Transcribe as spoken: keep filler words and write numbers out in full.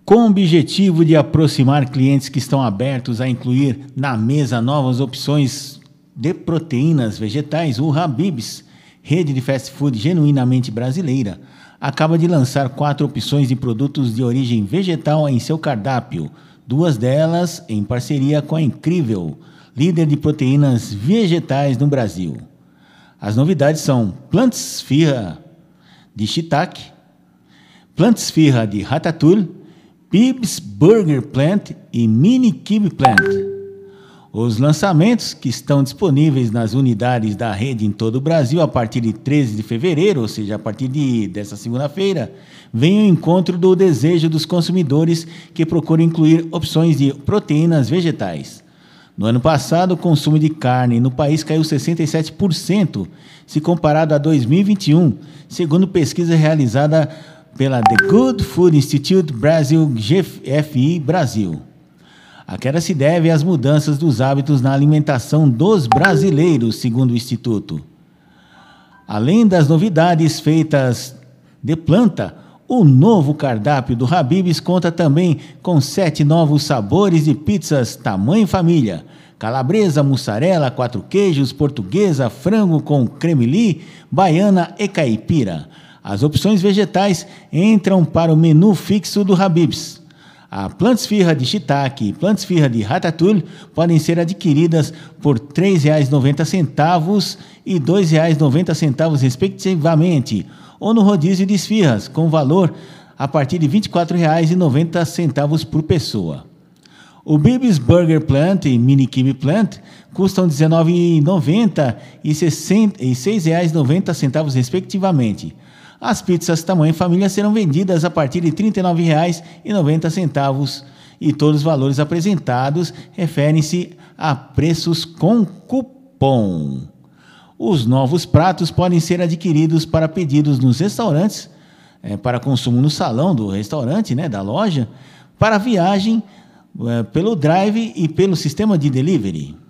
Com o objetivo de aproximar clientes que estão abertos a incluir na mesa novas opções de proteínas vegetais, o Habib's, rede de fast food genuinamente brasileira, acaba de lançar quatro opções de produtos de origem vegetal em seu cardápio, duas delas em parceria com a Incrível, líder de proteínas vegetais no Brasil. As novidades são Plantsfirra de shiitake, Plantsfirra de ratatouille, Bib's Burger Plant e Mini Kibe Plant. Os lançamentos, que estão disponíveis nas unidades da rede em todo o Brasil a partir de treze de fevereiro, ou seja, a partir de, dessa segunda-feira, vêm ao encontro do desejo dos consumidores que procuram incluir opções de proteínas vegetais. No ano passado, o consumo de carne no país caiu sessenta e sete por cento, se comparado a dois mil e vinte e um, segundo pesquisa realizada pela The Good Food Institute Brasil G F I Brasil. A queda se deve às mudanças dos hábitos na alimentação dos brasileiros, segundo o Instituto. Além das novidades feitas de planta, o novo cardápio do Habib's conta também com sete novos sabores de pizzas tamanho família: calabresa, mussarela, quatro queijos, portuguesa, frango com creme-li, baiana e caipira. As opções vegetais entram para o menu fixo do Habib's. A Plantsfirra de shiitake e Plantsfirra de ratatouille podem ser adquiridas por três reais e noventa centavos e dois reais e noventa centavos, respectivamente, ou no rodízio de esfirras, com valor a partir de vinte e quatro reais e noventa centavos por pessoa. O Bib's Burger Plant e Mini Kibe Plant custam dezenove reais e noventa centavos e seis reais e noventa centavos, respectivamente. As pizzas tamanho família serão vendidas a partir de trinta e nove reais e noventa centavos e todos os valores apresentados referem-se a preços com cupom. Os novos pratos podem ser adquiridos para pedidos nos restaurantes, é, para consumo no salão do restaurante, né, da loja, para viagem, é, pelo drive e pelo sistema de delivery.